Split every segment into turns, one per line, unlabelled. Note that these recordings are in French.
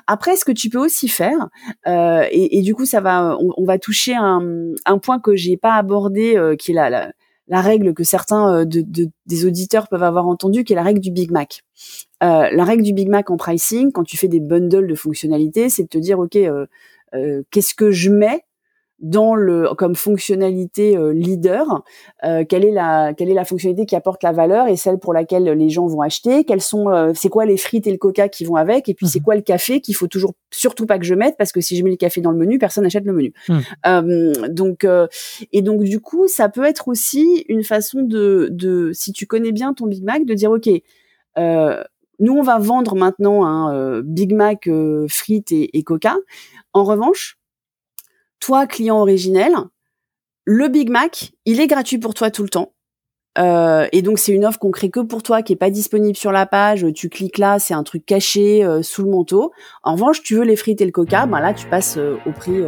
Après, ce que tu peux aussi faire, et du coup, on va toucher un point que j'ai pas abordé, qui est la règle que certains des auditeurs peuvent avoir entendu, qui est la règle du Big Mac. La règle du Big Mac en pricing, quand tu fais des bundles de fonctionnalités, c'est de te dire, ok, qu'est-ce que je mets comme fonctionnalité leader, quelle est la fonctionnalité qui apporte la valeur et celle pour laquelle les gens vont acheter, c'est quoi les frites et le coca qui vont avec, et puis c'est quoi le café qu'il faut surtout pas que je mette, parce que si je mets le café dans le menu, personne n'achète le menu. Donc du coup, ça peut être aussi une façon de si tu connais bien ton Big Mac, de dire ok, nous on va vendre maintenant un Big Mac frites et coca. En revanche, toi, client originel, le Big Mac, il est gratuit pour toi tout le temps. Et donc, c'est une offre qu'on crée que pour toi, qui est pas disponible sur la page. Tu cliques là, c'est un truc caché sous le manteau. En revanche, tu veux les frites et le coca, ben là, tu passes au prix.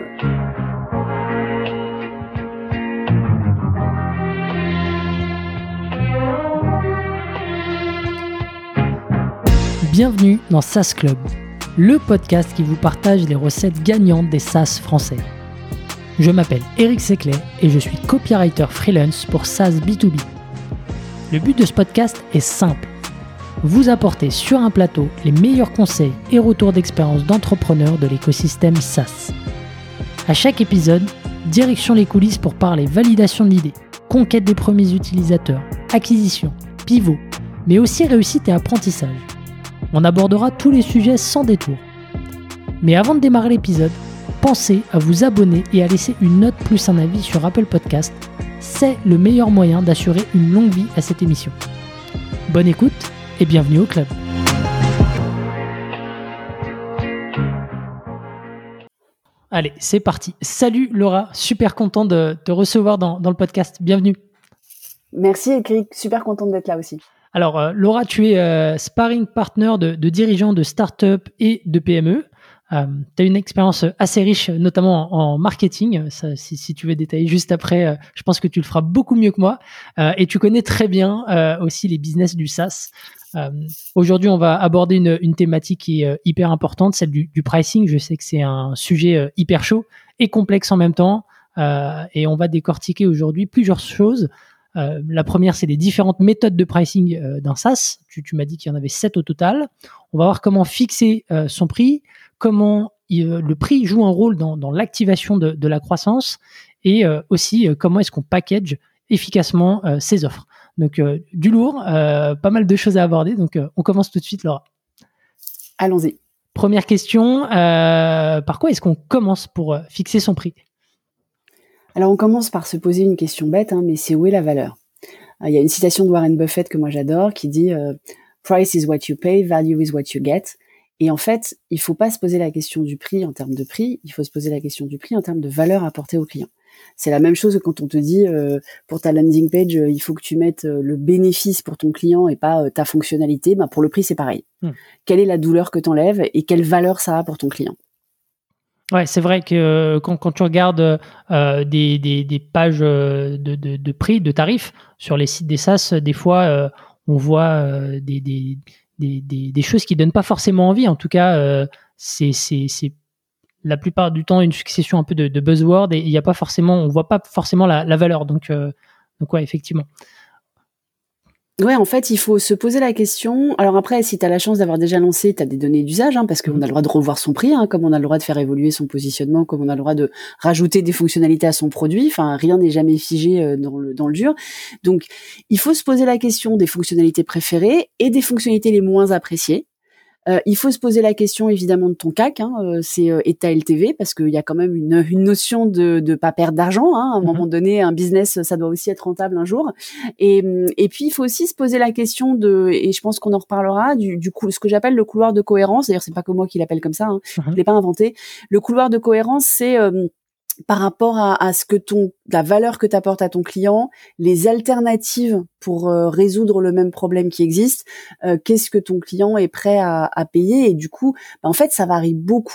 Bienvenue dans SaaS Club, le podcast qui vous partage les recettes gagnantes des SaaS français. Je m'appelle Eric Seclet et je suis copywriter freelance pour SaaS B2B. Le but de ce podcast est simple, vous apporter sur un plateau les meilleurs conseils et retours d'expérience d'entrepreneurs de l'écosystème SaaS. À chaque épisode, direction les coulisses pour parler validation de l'idée, conquête des premiers utilisateurs, acquisition, pivot, mais aussi réussite et apprentissage. On abordera tous les sujets sans détour. Mais avant de démarrer l'épisode, pensez à vous abonner et à laisser une note plus un avis sur Apple Podcast. C'est le meilleur moyen d'assurer une longue vie à cette émission. Bonne écoute et bienvenue au club. Allez, c'est parti. Salut Laura, super content de te recevoir dans le podcast. Bienvenue.
Merci Eric, super contente d'être là aussi.
Alors Laura, tu es sparring partner de dirigeants de start-up et de PME. Tu as une expérience assez riche, notamment en marketing. Ça, si tu veux détailler juste après, je pense que tu le feras beaucoup mieux que moi. Et tu connais très bien aussi les business du SaaS. Aujourd'hui, on va aborder une thématique qui est hyper importante, celle du pricing. Je sais que c'est un sujet hyper chaud et complexe en même temps. Et on va décortiquer aujourd'hui plusieurs choses. La première, c'est les différentes méthodes de pricing d'un SaaS. Tu m'as dit qu'il y en avait 7 au total. On va voir comment fixer son prix, comment le prix joue un rôle dans l'activation de la croissance, et aussi comment est-ce qu'on package efficacement ces offres. Donc du lourd, pas mal de choses à aborder. Donc on commence tout de suite, Laura.
Allons-y.
Première question, par quoi est-ce qu'on commence pour fixer son prix ?
Alors, on commence par se poser une question bête, mais c'est où est la valeur ? Il y a une citation de Warren Buffett que moi j'adore qui dit « Price is what you pay, value is what you get ». Et en fait, il faut pas se poser la question du prix en termes de prix, il faut se poser la question du prix en termes de valeur apportée au client. C'est la même chose que quand on te dit pour ta landing page, il faut que tu mettes le bénéfice pour ton client et pas ta fonctionnalité. Pour le prix, c'est pareil. Quelle est la douleur que tu enlèves et quelle valeur ça a pour ton client ?
Ouais, c'est vrai que quand tu regardes des pages de prix, de tarifs sur les sites des SaaS, des fois on voit des choses qui donnent pas forcément envie. En tout cas, c'est la plupart du temps une succession un peu de buzzwords, et on voit pas forcément la valeur. Donc ouais, effectivement.
Ouais, en fait, il faut se poser la question. Alors après, si tu as la chance d'avoir déjà lancé, tu as des données d'usage, parce qu'on a le droit de revoir son prix, comme on a le droit de faire évoluer son positionnement, comme on a le droit de rajouter des fonctionnalités à son produit. Enfin, rien n'est jamais figé dans le dur. Donc, il faut se poser la question des fonctionnalités préférées et des fonctionnalités les moins appréciées. Il faut se poser la question évidemment de ton CAC, c'est et ta LTV, parce qu'il y a quand même une notion de pas perdre d'argent. À un moment donné, un business, ça doit aussi être rentable un jour. Et puis il faut aussi se poser la question et je pense qu'on en reparlera du coup, ce que j'appelle le couloir de cohérence. D'ailleurs, c'est pas que moi qui l'appelle comme ça. Je l'ai pas inventé. Le couloir de cohérence, c'est par rapport à ce que la valeur que tu apportes à ton client, les alternatives pour résoudre le même problème qui existe, qu'est-ce que ton client est prêt à payer, et du coup, en fait, ça varie beaucoup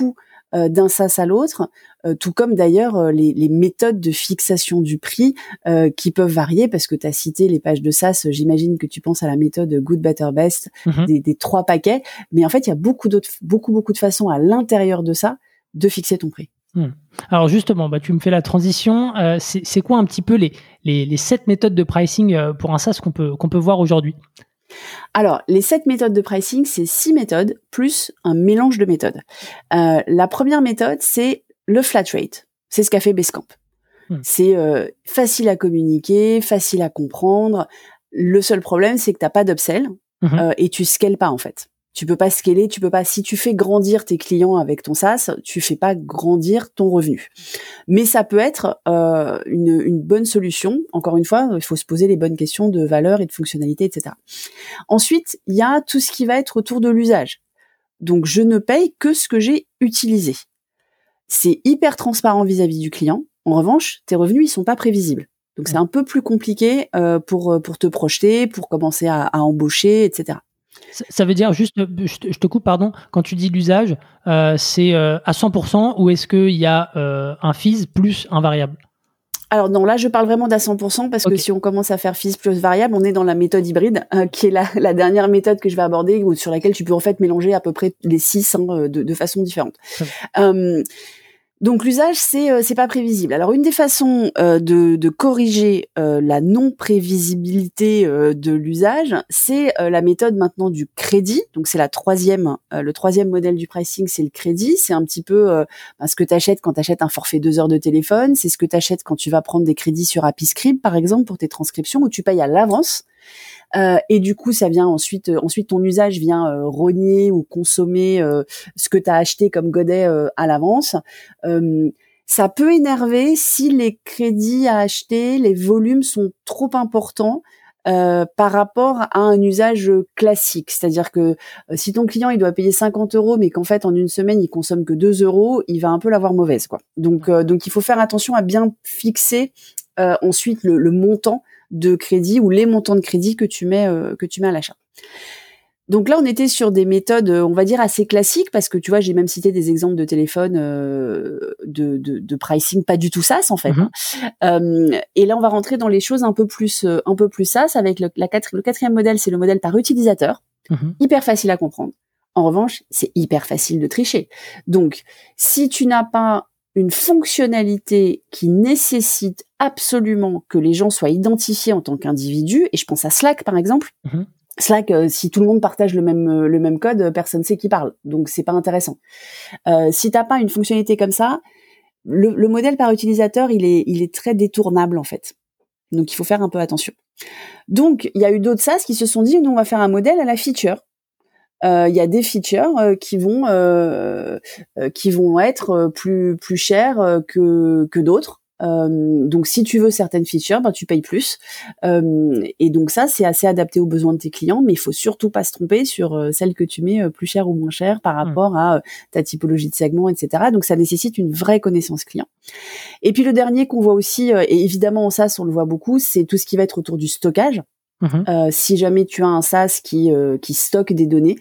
d'un SaaS à l'autre, tout comme d'ailleurs les méthodes de fixation du prix qui peuvent varier, parce que tu as cité les pages de SaaS, j'imagine que tu penses à la méthode Good, Better, Best, des 3 paquets, mais en fait, il y a beaucoup de façons à l'intérieur de ça de fixer ton prix.
Alors justement, tu me fais la transition. C'est quoi un petit peu les 7 méthodes de pricing pour un SaaS qu'on peut voir aujourd'hui?
Alors, les 7 méthodes de pricing, c'est 6 méthodes plus un mélange de méthodes. La première méthode, c'est le flat rate. C'est ce qu'a fait Basecamp. C'est facile à communiquer, facile à comprendre. Le seul problème, c'est que t'as pas d'upsell et tu scales pas en fait. Tu peux pas scaler, si tu fais grandir tes clients avec ton SaaS, tu fais pas grandir ton revenu. Mais ça peut être une bonne solution. Encore une fois, il faut se poser les bonnes questions de valeur et de fonctionnalité, etc. Ensuite, il y a tout ce qui va être autour de l'usage. Donc, je ne paye que ce que j'ai utilisé. C'est hyper transparent vis-à-vis du client. En revanche, tes revenus, ils sont pas prévisibles. Donc, c'est un peu plus compliqué pour te projeter, pour commencer à embaucher, etc.
Ça veut dire juste, je te coupe, pardon, quand tu dis l'usage, c'est à 100% ou est-ce qu'il y a un fees plus un variable?
Alors non, là je parle vraiment d'à 100% parce que si on commence à faire fees plus variable, on est dans la méthode hybride, qui est la dernière méthode que je vais aborder, ou sur laquelle tu peux en fait mélanger à peu près les 6 de façon différente. Donc l'usage, c'est pas prévisible. Alors une des façons de corriger la non prévisibilité de l'usage, c'est la méthode maintenant du crédit. Donc c'est le troisième modèle du pricing, c'est le crédit. C'est un petit peu ce que t'achètes quand t'achètes un forfait 2 heures de téléphone. C'est ce que t'achètes quand tu vas prendre des crédits sur Appiscript, par exemple, pour tes transcriptions, où tu payes à l'avance. Et du coup, ça vient ensuite ton usage vient rogner ou consommer ce que tu as acheté comme godet à l'avance. Ça peut énerver si les crédits à acheter, les volumes sont trop importants par rapport à un usage classique. C'est-à-dire que si ton client il doit payer 50 €, mais qu'en fait en une semaine il consomme que 2 €, il va un peu l'avoir mauvaise, quoi. Donc il faut faire attention à bien fixer ensuite le montant de crédit ou les montants de crédit que tu mets à l'achat. Donc là, on était sur des méthodes, on va dire assez classiques, parce que tu vois, j'ai même cité des exemples de téléphone de pricing pas du tout SaaS en fait. Et là, on va rentrer dans les choses un peu plus SaaS avec le quatrième modèle, c'est le modèle par utilisateur, hyper facile à comprendre. En revanche, c'est hyper facile de tricher. Donc, si tu n'as pas une fonctionnalité qui nécessite absolument que les gens soient identifiés en tant qu'individus, et je pense à Slack par exemple. Slack, si tout le monde partage le même code, personne sait qui parle, donc c'est pas intéressant. Si t'as pas une fonctionnalité comme ça, le modèle par utilisateur, il est très détournable en fait. Donc il faut faire un peu attention. Donc il y a eu d'autres SaaS qui se sont dit, nous on va faire un modèle à la feature. Il y a des features qui vont être plus chères que d'autres. Donc si tu veux certaines features, tu payes plus. Et donc ça, c'est assez adapté aux besoins de tes clients, mais il faut surtout pas se tromper sur celles que tu mets plus cher ou moins cher par rapport à ta typologie de segment, etc. Donc ça nécessite une vraie connaissance client. Et puis le dernier qu'on voit aussi, et évidemment en SaaS on le voit beaucoup, c'est tout ce qui va être autour du stockage. Si jamais tu as un SaaS qui stocke des données,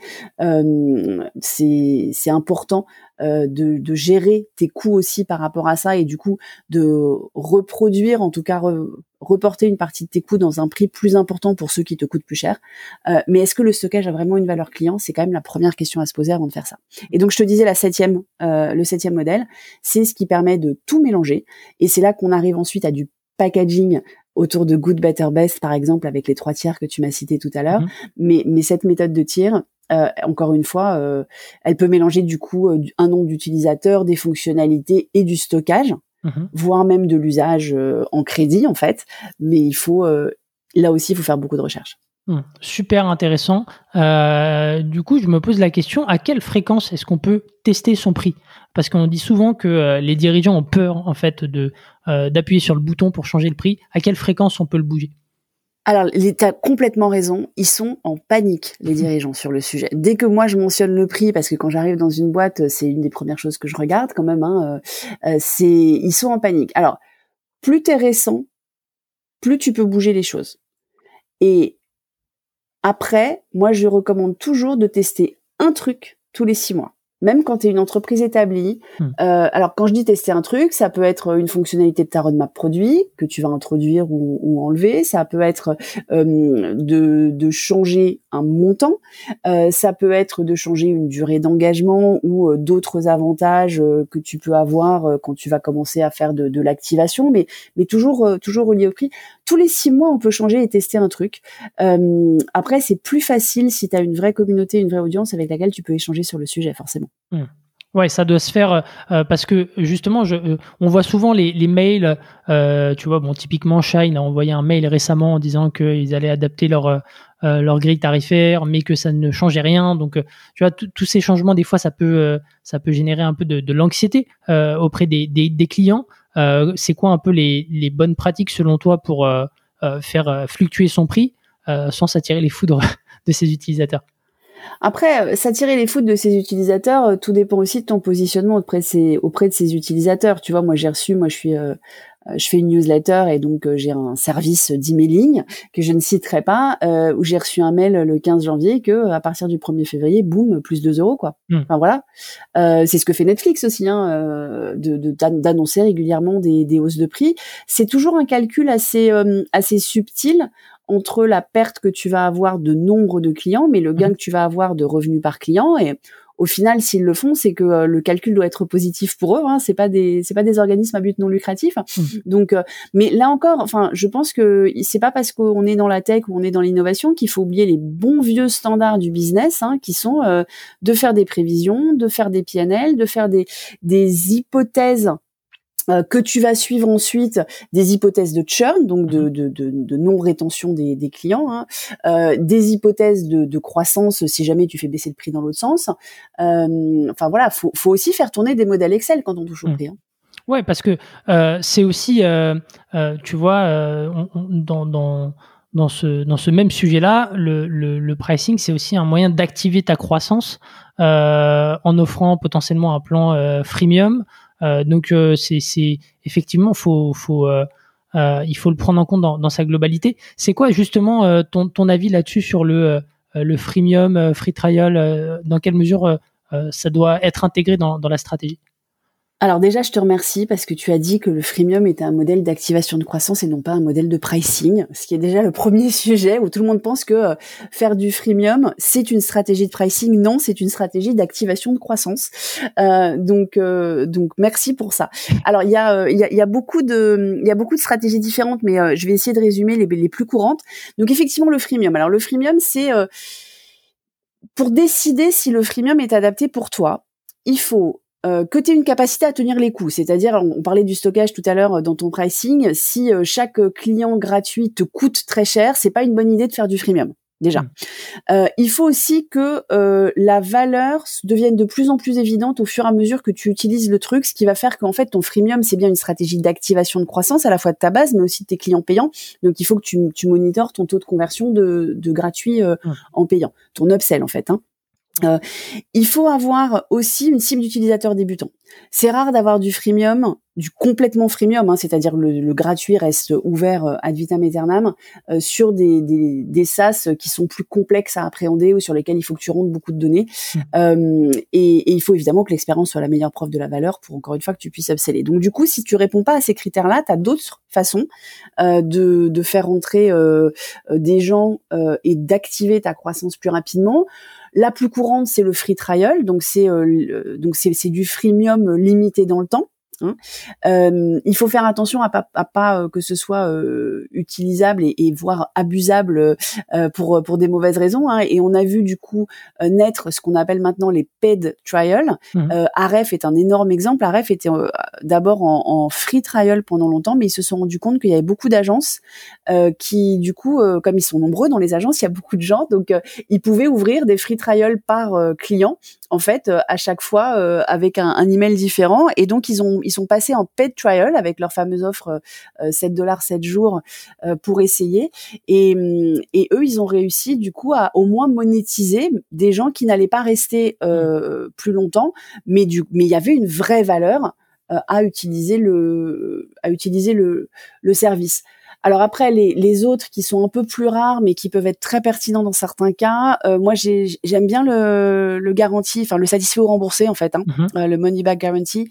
c'est important de gérer tes coûts aussi par rapport à ça, et du coup de reproduire, en tout cas reporter une partie de tes coûts dans un prix plus important pour ceux qui te coûtent plus cher. Mais est-ce que le stockage a vraiment une valeur client? C'est quand même la première question à se poser avant de faire ça. Et donc je te disais le septième modèle, c'est ce qui permet de tout mélanger, et c'est là qu'on arrive ensuite à du packaging autour de Good, Better, Best, par exemple, avec les 3 tiers que tu m'as cités tout à l'heure. Mais cette méthode de tiers, encore une fois, elle peut mélanger du coup un nombre d'utilisateurs, des fonctionnalités et du stockage, voire même de l'usage en crédit en fait. Mais il faut là aussi, il faut faire beaucoup de recherches.
Super intéressant. Du coup, je me pose la question, à quelle fréquence est-ce qu'on peut tester son prix? Parce qu'on dit souvent que les dirigeants ont peur en fait d'appuyer sur le bouton pour changer le prix. À quelle fréquence on peut le bouger?
Alors, tu as complètement raison. Ils sont en panique, les dirigeants, sur le sujet. Dès que moi, je mentionne le prix, parce que quand j'arrive dans une boîte, c'est une des premières choses que je regarde quand même, ils sont en panique. Alors, plus t'es récent, plus tu peux bouger les choses. Et après, moi, je recommande toujours de tester un truc tous les 6 mois. Même quand tu es une entreprise établie. Alors, quand je dis tester un truc, ça peut être une fonctionnalité de ta roadmap produit que tu vas introduire ou enlever. Ça peut être de changer un montant. Ça peut être de changer une durée d'engagement ou d'autres avantages que tu peux avoir quand tu vas commencer à faire de l'activation, mais toujours relié au prix. Tous les 6 mois, on peut changer et tester un truc. Après, c'est plus facile si tu as une vraie communauté, une vraie audience avec laquelle tu peux échanger sur le sujet, forcément.
Ouais, ça doit se faire parce que justement, on voit souvent les mails. Tu vois, bon, typiquement, Shine a envoyé un mail récemment en disant qu'ils allaient adapter leur grille tarifaire, mais que ça ne changeait rien. Donc, tu vois, tous ces changements, des fois, ça peut générer un peu de l'anxiété auprès des clients. C'est quoi un peu les bonnes pratiques selon toi pour faire fluctuer son prix sans s'attirer les foudres de ses utilisateurs?
Après, s'attirer les foudres de ses utilisateurs, tout dépend aussi de ton positionnement auprès de ses utilisateurs. Tu vois, moi, je fais une newsletter et donc j'ai un service d'emailing que je ne citerai pas, où j'ai reçu un mail le 15 janvier que à partir du 1er février, boum, plus 2 euros, quoi. Enfin voilà. C'est ce que fait Netflix aussi, hein, d'annoncer régulièrement des hausses de prix. C'est toujours un calcul assez subtil entre la perte que tu vas avoir de nombre de clients, mais le gain que tu vas avoir de revenus par client. Et au final, s'ils le font, c'est que le calcul doit être positif pour eux. Hein, c'est pas des organismes à but non lucratif. Donc, mais là encore, enfin, je pense que c'est pas parce qu'on est dans la tech ou on est dans l'innovation qu'il faut oublier les bons vieux standards du business, hein, qui sont de faire des prévisions, de faire des PNL, de faire des hypothèses que tu vas suivre ensuite, des hypothèses de churn, donc de non-rétention des clients, hein, des hypothèses de croissance si jamais tu fais baisser le prix dans l'autre sens. Enfin voilà, faut aussi faire tourner des modèles Excel quand on touche au prix. Hein.
Ouais, parce que c'est aussi, tu vois, dans ce même sujet-là, le pricing, c'est aussi un moyen d'activer ta croissance en offrant potentiellement un plan freemium. Donc c'est effectivement il faut le prendre en compte dans sa globalité. C'est quoi justement ton avis là-dessus sur le freemium, free trial, dans quelle mesure ça doit être intégré dans la stratégie?
Alors déjà, je te remercie parce que tu as dit que le freemium était un modèle d'activation de croissance et non pas un modèle de pricing, ce qui est déjà le premier sujet où tout le monde pense que faire du freemium, c'est une stratégie de pricing. Non, c'est une stratégie d'activation de croissance. Donc merci pour ça. Alors il y a beaucoup de stratégies différentes, mais je vais essayer de résumer les plus courantes. Donc effectivement, le freemium. Alors le freemium, c'est pour décider si le freemium est adapté pour toi, il faut que tu aies une capacité à tenir les coûts. C'est-à-dire, on parlait du stockage tout à l'heure dans ton pricing, si chaque client gratuit te coûte très cher, c'est pas une bonne idée de faire du freemium. Déjà. Il faut aussi que la valeur devienne de plus en plus évidente au fur et à mesure que tu utilises le truc, ce qui va faire qu'en fait, ton freemium, c'est bien une stratégie d'activation de croissance à la fois de ta base, mais aussi de tes clients payants. Donc, il faut que tu monitores ton taux de conversion de gratuit en payant. Ton upsell, en fait. Hein. Il faut avoir aussi une cible d'utilisateur débutant. C'est rare d'avoir du freemium, du complètement freemium, hein, c'est-à-dire le gratuit reste ouvert ad vitam aeternam sur des SaaS qui sont plus complexes à appréhender ou sur lesquels il faut que tu rentres beaucoup de données. Et il faut évidemment que l'expérience soit la meilleure preuve de la valeur pour encore une fois que tu puisses upseller. Donc du coup, si tu réponds pas à ces critères-là, tu as d'autres façons de faire rentrer des gens et d'activer ta croissance plus rapidement. La plus courante, c'est le free trial, donc c'est du freemium limité dans le temps. Hein. Il faut faire attention à pas que ce soit utilisable et voire abusable pour des mauvaises raisons. Hein. Et on a vu du coup naître ce qu'on appelle maintenant les paid trial. Ahref est un énorme exemple. Ahref était d'abord en free trial pendant longtemps, mais ils se sont rendus compte qu'il y avait beaucoup d'agences qui, du coup, comme ils sont nombreux dans les agences, il y a beaucoup de gens, donc ils pouvaient ouvrir des free trials par client. En fait, à chaque fois avec un email différent, et donc ils sont passés en paid trial avec leur fameuse offre $7 7 jours pour essayer, et eux ils ont réussi du coup à au moins monétiser des gens qui n'allaient pas rester plus longtemps, mais il y avait une vraie valeur à utiliser le service. Alors après, les autres qui sont un peu plus rares, mais qui peuvent être très pertinents dans certains cas, moi j'aime bien le garantie, enfin le satisfait ou remboursé en fait, hein, le money back guarantee.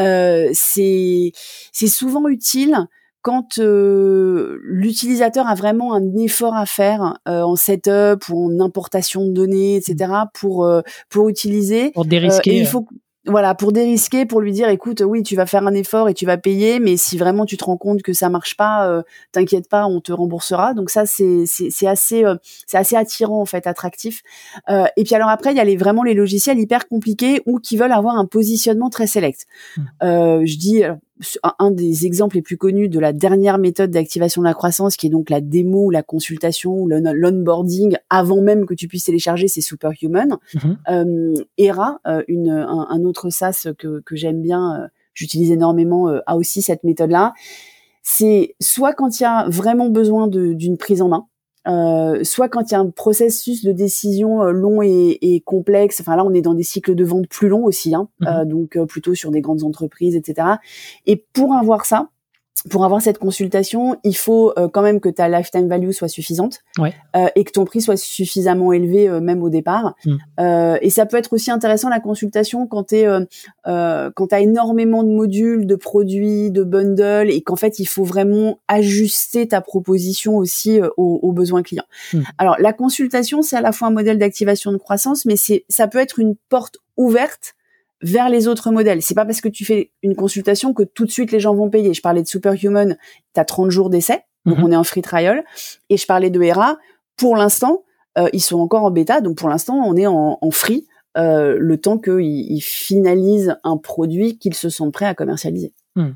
C'est souvent utile quand l'utilisateur a vraiment un effort à faire en setup ou en importation de données, etc. pour utiliser.
Pour dérisquer.
Et il faut voilà, pour dérisquer, pour lui dire, écoute, oui, tu vas faire un effort et tu vas payer, mais si vraiment tu te rends compte que ça marche pas, t'inquiète pas, on te remboursera. Donc ça, c'est assez attirant en fait, attractif. Et puis alors après, il y a vraiment les logiciels hyper compliqués ou qui veulent avoir un positionnement très select. Je dis un des exemples les plus connus de la dernière méthode d'activation de la croissance, qui est donc la démo ou la consultation ou l'onboarding avant même que tu puisses télécharger, c'est Superhuman. Era, un autre SaaS que j'aime bien, j'utilise énormément, a aussi cette méthode-là. C'est soit quand il y a vraiment besoin d'une prise en main, soit quand il y a un processus de décision long et complexe. Enfin là, on est dans des cycles de vente plus longs aussi, hein, donc plutôt sur des grandes entreprises, etc. Et pour avoir ça, pour avoir cette consultation, il faut quand même que ta lifetime value soit suffisante, et que ton prix soit suffisamment élevé même au départ. Et ça peut être aussi intéressant la consultation quand t'as énormément de modules, de produits, de bundles, et qu'en fait il faut vraiment ajuster ta proposition aussi aux besoins clients. Alors la consultation, c'est à la fois un modèle d'activation de croissance, mais ça peut être une porte ouverte vers les autres modèles. C'est pas parce que tu fais une consultation que tout de suite les gens vont payer. Je parlais de Superhuman, t'as 30 jours d'essai, donc on est en free trial. Et je parlais de Era, pour l'instant, ils sont encore en bêta, donc pour l'instant, on est en free, le temps qu'ils finalisent un produit qu'ils se sentent prêts à commercialiser.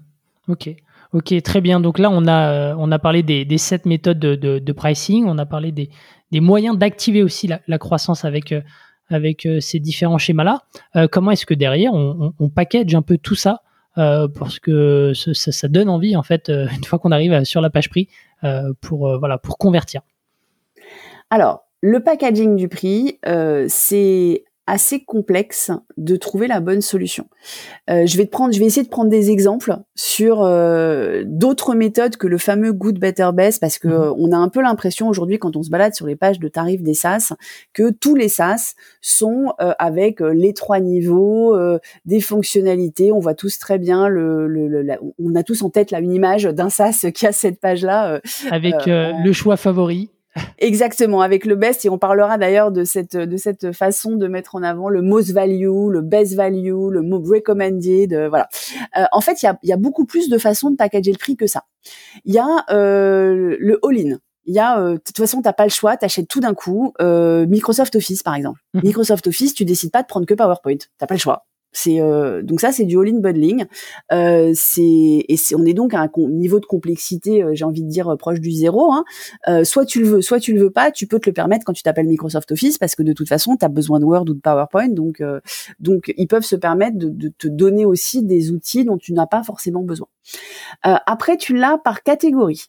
Ok, très bien. Donc là, on a parlé des 7 méthodes de pricing, on a parlé des moyens d'activer aussi la croissance avec ces différents schémas-là. Comment est-ce que derrière, on package un peu tout ça parce que ça donne envie, en fait, une fois qu'on arrive sur la page prix, pour convertir.
Alors, le packaging du prix, c'est assez complexe de trouver la bonne solution. Je vais essayer de prendre des exemples sur d'autres méthodes que le fameux good, better, best, parce que on a un peu l'impression aujourd'hui, quand on se balade sur les pages de tarifs des SaaS, que tous les SaaS sont avec les 3 niveaux, des fonctionnalités. On voit tous très bien on a tous en tête là une image d'un SaaS qui a cette page-là
avec le choix favori.
Exactement, avec le best, et on parlera d'ailleurs de cette façon de mettre en avant le most value, le best value, le most recommended, voilà. En fait, il y a beaucoup plus de façons de packager le prix que ça. Il y a le all-in. Il y a, de toute façon, t'as pas le choix, t'achètes tout d'un coup. Microsoft Office, par exemple. Microsoft Office, tu décides pas de prendre que PowerPoint. T'as pas le choix. Donc ça, c'est du all-in bundling. On est donc à un niveau de complexité, j'ai envie de dire proche du zéro, hein. Soit tu le veux, soit tu le veux pas. Tu peux te le permettre quand tu t'appelles Microsoft Office, parce que de toute façon, t'as besoin de Word ou de PowerPoint. Donc ils peuvent se permettre de te donner aussi des outils dont tu n'as pas forcément besoin. Après, tu l'as par catégorie.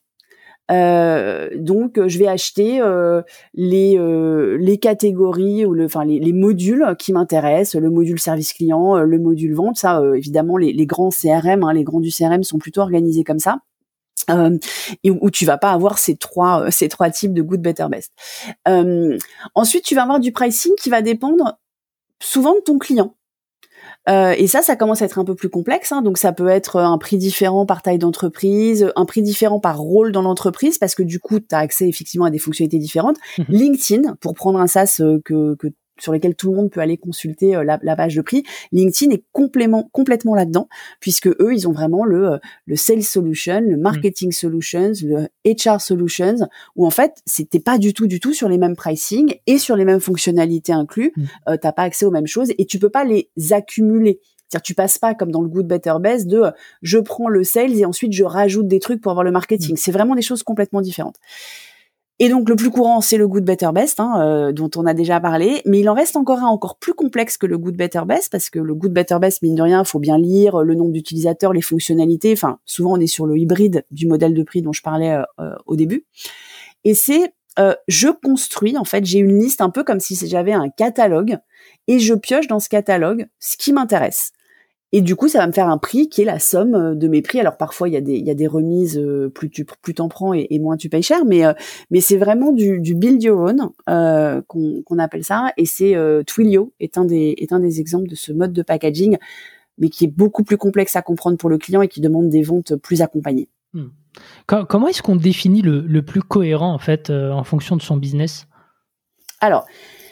Donc je vais acheter les catégories ou les modules qui m'intéressent, le module service client, le module vente. Ça évidemment les grands CRM, hein, les grands du CRM sont plutôt organisés comme ça. Et où tu vas pas avoir ces trois types de good, better, best. Ensuite, tu vas avoir du pricing qui va dépendre souvent de ton client. Et ça commence à être un peu plus complexe, hein. Donc ça peut être un prix différent par taille d'entreprise, un prix différent par rôle dans l'entreprise, parce que du coup, tu as accès effectivement à des fonctionnalités différentes. LinkedIn, pour prendre un SaaS sur lesquels tout le monde peut aller consulter la page de prix, LinkedIn est complètement là-dedans, puisque eux, ils ont vraiment le Sales Solution, le Marketing Solutions, le HR Solutions, où en fait, c'était pas du tout sur les mêmes pricing et sur les mêmes fonctionnalités inclus. T'as pas accès aux mêmes choses et tu peux pas les accumuler. C'est-à-dire, tu passes pas comme dans le good, better, best de je prends le sales et ensuite je rajoute des trucs pour avoir le marketing. C'est vraiment des choses complètement différentes. Et donc, le plus courant, c'est le good, better, best, hein, dont on a déjà parlé. Mais il en reste encore un encore plus complexe que le good, better, best, parce que le good, better, best, mine de rien, faut bien lire le nombre d'utilisateurs, les fonctionnalités. Enfin, souvent, on est sur le hybride du modèle de prix dont je parlais au début. Et c'est, je construis, en fait, j'ai une liste un peu comme si j'avais un catalogue et je pioche dans ce catalogue ce qui m'intéresse. Et du coup, ça va me faire un prix qui est la somme de mes prix. Alors parfois, il y a des remises, plus t'en prends et moins tu payes cher, mais c'est vraiment du build your own qu'on appelle ça. Et c'est Twilio est un des exemples de ce mode de packaging, mais qui est beaucoup plus complexe à comprendre pour le client et qui demande des ventes plus accompagnées.
Comment est-ce qu'on définit le plus cohérent en fait en fonction de son business?
Alors,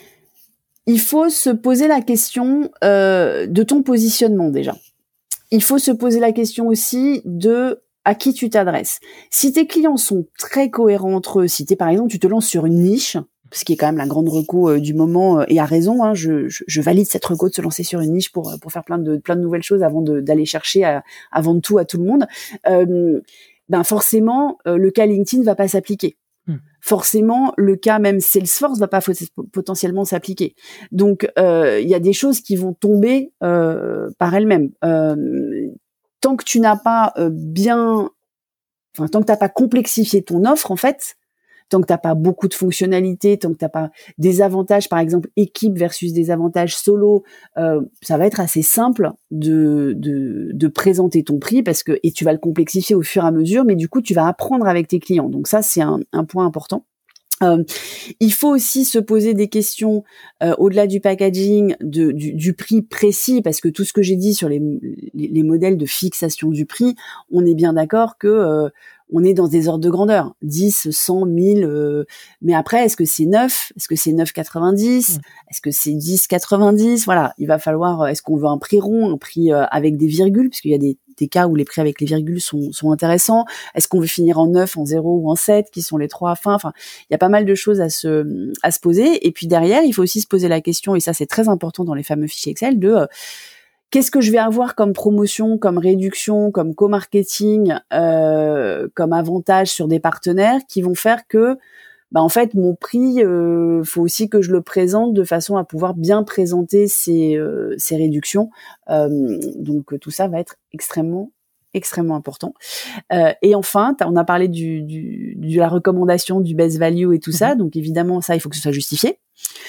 il faut se poser la question de ton positionnement déjà. Il faut se poser la question aussi de à qui tu t'adresses. Si tes clients sont très cohérents entre eux, si par exemple tu te lances sur une niche, ce qui est quand même la grande reco du moment, et à raison, hein, je valide cette reco de se lancer sur une niche pour faire plein de nouvelles choses avant d'aller chercher à vendre tout à tout le monde. Ben forcément, le cas LinkedIn va pas s'appliquer. Forcément, le cas même Salesforce va pas potentiellement s'appliquer. Donc, il y a des choses qui vont tomber par elles-mêmes. Tant que tu n'as pas tant que t'as pas complexifié ton offre, en fait, tant que t'as pas beaucoup de fonctionnalités, tant que t'as pas des avantages, par exemple équipe versus des avantages solo, ça va être assez simple de présenter ton prix et tu vas le complexifier au fur et à mesure, mais du coup tu vas apprendre avec tes clients. Donc ça c'est un point important. Il faut aussi se poser des questions au-delà du packaging, du prix précis, parce que tout ce que j'ai dit sur les modèles de fixation du prix, on est bien d'accord que on est dans des ordres de grandeur, 10, 100, 1000, mais après, est-ce que c'est 9? Est-ce que c'est 9,90? Est-ce que c'est 10,90? Voilà, il va falloir, est-ce qu'on veut un prix rond, un prix avec des virgules, puisqu'il y a des cas où les prix avec les virgules sont intéressants. Est-ce qu'on veut finir en 9, en 0 ou en 7, qui sont les trois à fin? Enfin, il y a pas mal de choses à se poser. Et puis derrière, il faut aussi se poser la question, et ça c'est très important dans les fameux fichiers Excel, de qu'est-ce que je vais avoir comme promotion, comme réduction, comme co-marketing, comme avantage sur des partenaires qui vont faire que, en fait, mon prix, faut aussi que je le présente de façon à pouvoir bien présenter ces réductions. Donc tout ça va être extrêmement important. Et enfin, on a parlé de la recommandation, du best value et tout ça. Donc évidemment, ça, il faut que ce soit justifié.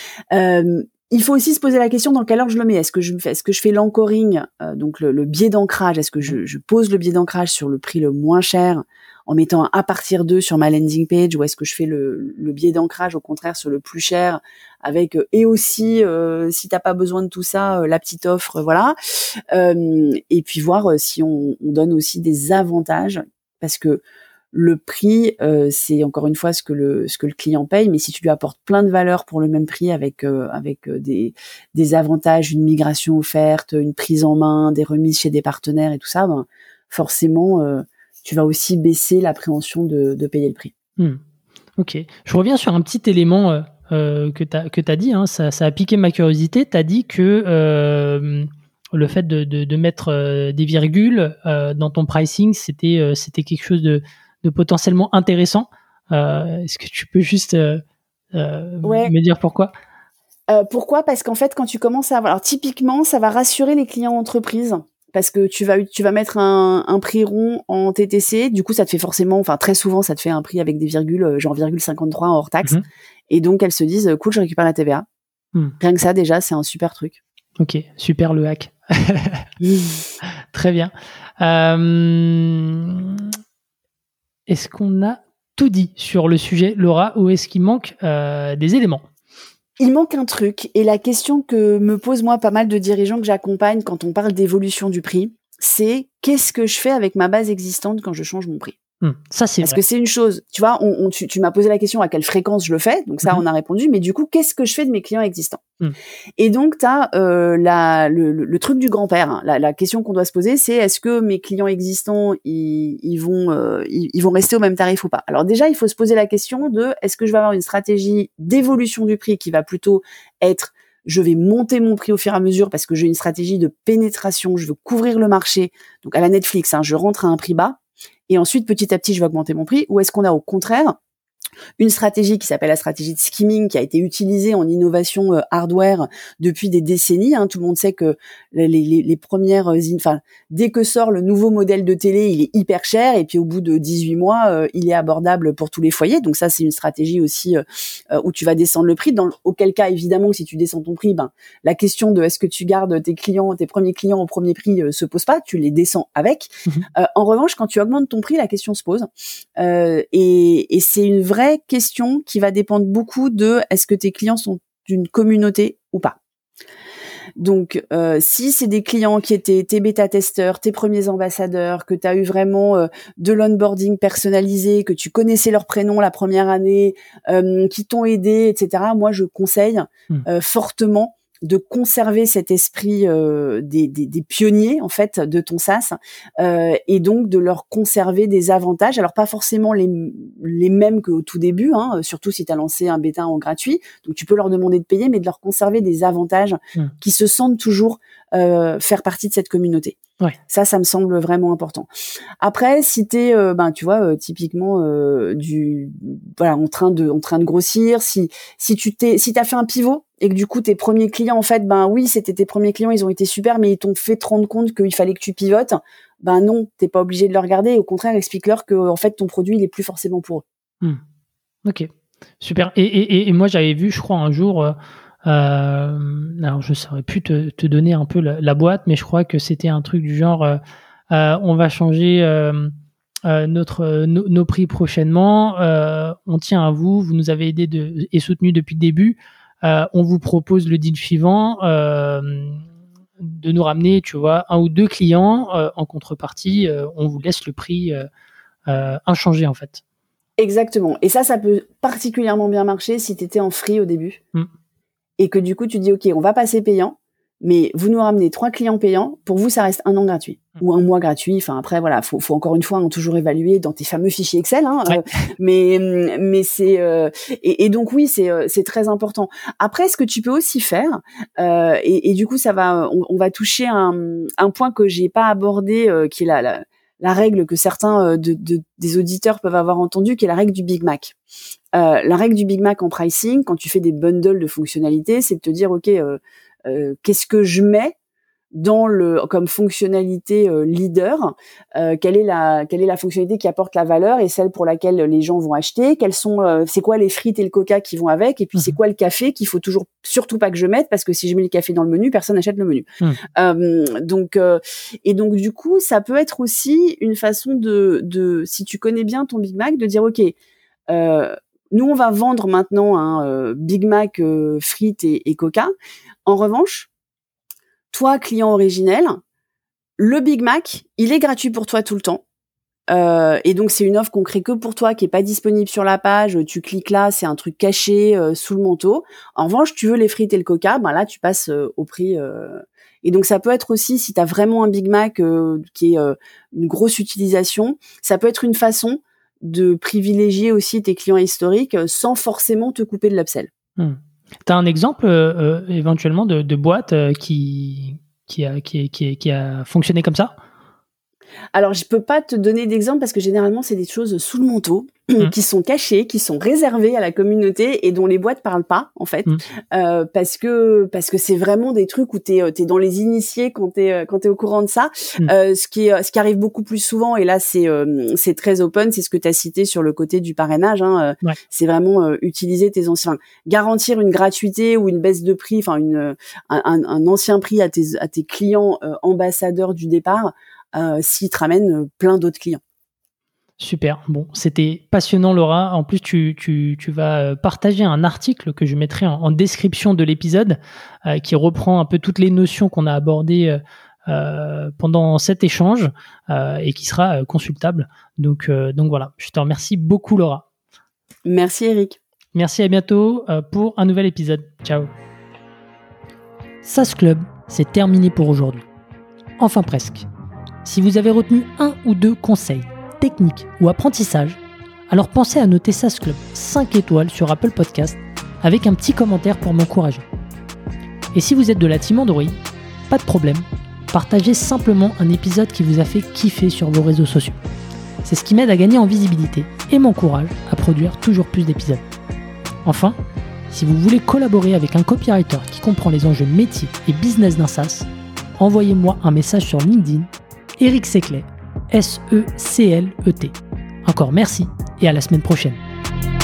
Il faut aussi se poser la question dans quelle ordre je le mets. Est-ce que je fais l'anchoring, donc le biais d'ancrage? Est-ce que je pose le biais d'ancrage sur le prix le moins cher en mettant un à partir d'eux sur ma landing page, ou est-ce que je fais le biais d'ancrage au contraire sur le plus cher avec et aussi si t'as pas besoin de tout ça, la petite offre, voilà. Et puis voir si on donne aussi des avantages, parce que le prix, c'est encore une fois ce que le client paye, mais si tu lui apportes plein de valeur pour le même prix avec des avantages, une migration offerte, une prise en main, des remises chez des partenaires et tout ça, forcément, tu vas aussi baisser l'appréhension de payer le prix.
Ok. Je reviens sur un petit élément que t'as dit, hein, ça a piqué ma curiosité. T'as dit que le fait de mettre des virgules dans ton pricing, c'était quelque chose de potentiellement intéressant. Est-ce que tu peux juste me dire pourquoi?
Pourquoi? Parce qu'en fait, quand tu commences à avoir... Alors, typiquement, ça va rassurer les clients entreprises, parce que tu vas mettre un prix rond en TTC. Du coup, ça te fait forcément... Enfin, très souvent, ça te fait un prix avec des virgules, genre 0,53 en hors taxe. Et donc, elles se disent, cool, je récupère la TVA. Rien que ça, déjà, c'est un super truc.
Ok, super le hack. Très bien. Est-ce qu'on a tout dit sur le sujet, Laura, ou est-ce qu'il manque des éléments?
Il manque un truc, et la question que me posent moi pas mal de dirigeants que j'accompagne quand on parle d'évolution du prix, c'est qu'est-ce que je fais avec ma base existante quand je change mon prix?
Ça, c'est
Parce que c'est une chose, tu vois, tu m'as posé la question à quelle fréquence je le fais, donc ça on a répondu, mais du coup, qu'est-ce que je fais de mes clients existants? Et donc, t'as le truc du grand-père, hein. La question qu'on doit se poser, c'est est-ce que mes clients existants, ils vont rester au même tarif ou pas? Alors déjà, il faut se poser la question de est-ce que je vais avoir une stratégie d'évolution du prix qui va plutôt être je vais monter mon prix au fur et à mesure parce que j'ai une stratégie de pénétration, je veux couvrir le marché, donc à la Netflix, hein, je rentre à un prix bas, et ensuite, petit à petit, je vais augmenter mon prix, ou est-ce qu'on a au contraire une stratégie qui s'appelle la stratégie de skimming, qui a été utilisée en innovation hardware depuis des décennies. Tout le monde sait que les premières, dès que sort le nouveau modèle de télé, il est hyper cher, et puis au bout de 18 mois, il est abordable pour tous les foyers. Donc ça, c'est une stratégie aussi où tu vas descendre le prix. Auquel cas, évidemment, si tu descends ton prix, la question de est-ce que tu gardes tes premiers clients au premier prix se pose pas. Tu les descends avec. En revanche, quand tu augmentes ton prix, la question se pose. Et c'est une vraie question qui va dépendre beaucoup de est-ce que tes clients sont d'une communauté ou pas. Donc, si c'est des clients qui étaient tes bêta-testeurs, tes premiers ambassadeurs, que tu as eu vraiment de l'onboarding personnalisé, que tu connaissais leur prénom la première année, qui t'ont aidé, etc., moi, je conseille fortement de conserver cet esprit des pionniers, en fait, de ton SaaS, et donc de leur conserver des avantages. Alors, pas forcément les mêmes qu'au tout début, surtout si tu as lancé un bêta en gratuit. Donc, tu peux leur demander de payer, mais de leur conserver des avantages qui se sentent toujours faire partie de cette communauté. Ouais. Ça me semble vraiment important. Après, si t'es, typiquement en train de grossir, si t'as fait un pivot et que du coup tes premiers clients, en fait, oui, c'était tes premiers clients, ils ont été super, mais ils t'ont fait te rendre compte qu'il fallait que tu pivotes. Non, t'es pas obligé de le regarder. Au contraire, explique-leur que en fait ton produit il est plus forcément pour eux.
Ok, super. Et moi j'avais vu, je crois, un jour. Alors je saurais plus te donner un peu la boîte, mais je crois que c'était un truc du genre on va changer nos prix prochainement, on tient à vous nous avez aidé et soutenu depuis le début, on vous propose le deal suivant, de nous ramener, tu vois, 1 ou 2 clients, en contrepartie on vous laisse le prix inchangé, en fait.
Exactement, et ça peut particulièrement bien marcher si tu étais en free au début. Et que du coup, tu dis, OK, on va passer payant, mais vous nous ramenez 3 clients payants. Pour vous, ça reste 1 an gratuit ou 1 mois gratuit. Enfin, après, voilà, faut encore une fois toujours évaluer dans tes fameux fichiers Excel. Ouais. Mais c'est et donc oui, c'est très important. Après, ce que tu peux aussi faire, et du coup, on va toucher un point que j'ai pas abordé, qui est la règle que certains des auditeurs peuvent avoir entendu, qui est la règle du Big Mac. La règle du Big Mac en pricing, quand tu fais des bundles de fonctionnalités, c'est de te dire, OK, qu'est-ce que je mets comme fonctionnalité leader, quelle est la fonctionnalité qui apporte la valeur et celle pour laquelle les gens vont acheter, c'est quoi les frites et le coca qui vont avec, et puis c'est quoi le café qu'il faut surtout pas que je mette, parce que si je mets le café dans le menu, personne n'achète le menu. Donc du coup, ça peut être aussi une façon de si tu connais bien ton Big Mac, de dire, OK, nous on va vendre maintenant un Big Mac frites et coca. En revanche, toi, client originel, le Big Mac, il est gratuit pour toi tout le temps. Et donc, c'est une offre qu'on crée que pour toi, qui est pas disponible sur la page. Tu cliques là, c'est un truc caché sous le manteau. En revanche, tu veux les frites et le coca, là, tu passes au prix. Et donc, ça peut être aussi, si tu as vraiment un Big Mac qui est une grosse utilisation, ça peut être une façon de privilégier aussi tes clients historiques sans forcément te couper de l'upsell.
Tu as un exemple éventuellement de boîte qui a fonctionné comme ça ?
Alors, je peux pas te donner d'exemple parce que généralement, c'est des choses sous le manteau qui sont cachées, qui sont réservées à la communauté et dont les boîtes parlent pas, en fait, parce que c'est vraiment des trucs où t'es dans les initiés quand t'es au courant de ça. Ce qui arrive beaucoup plus souvent, et là c'est très open, c'est ce que t'as cité sur le côté du parrainage. Ouais. C'est vraiment utiliser tes anciens, garantir une gratuité ou une baisse de prix, enfin un ancien prix à tes clients ambassadeurs du départ. S'ils te ramènent plein d'autres clients.
Super. Bon, c'était passionnant, Laura. En plus, tu vas partager un article que je mettrai en description de l'épisode qui reprend un peu toutes les notions qu'on a abordées pendant cet échange et qui sera consultable. Donc voilà, je te remercie beaucoup, Laura.
Merci, Eric.
Merci, à bientôt pour un nouvel épisode. Ciao. SaaS Club, c'est terminé pour aujourd'hui. Enfin presque. Si vous avez retenu 1 ou 2 conseils, techniques ou apprentissages, alors pensez à noter SaaS Club 5 étoiles sur Apple Podcast avec un petit commentaire pour m'encourager. Et si vous êtes de la team Android, pas de problème, partagez simplement un épisode qui vous a fait kiffer sur vos réseaux sociaux. C'est ce qui m'aide à gagner en visibilité et m'encourage à produire toujours plus d'épisodes. Enfin, si vous voulez collaborer avec un copywriter qui comprend les enjeux métiers et business d'un SaaS, envoyez-moi un message sur LinkedIn, Eric Seclet, Seclet. Encore merci et à la semaine prochaine.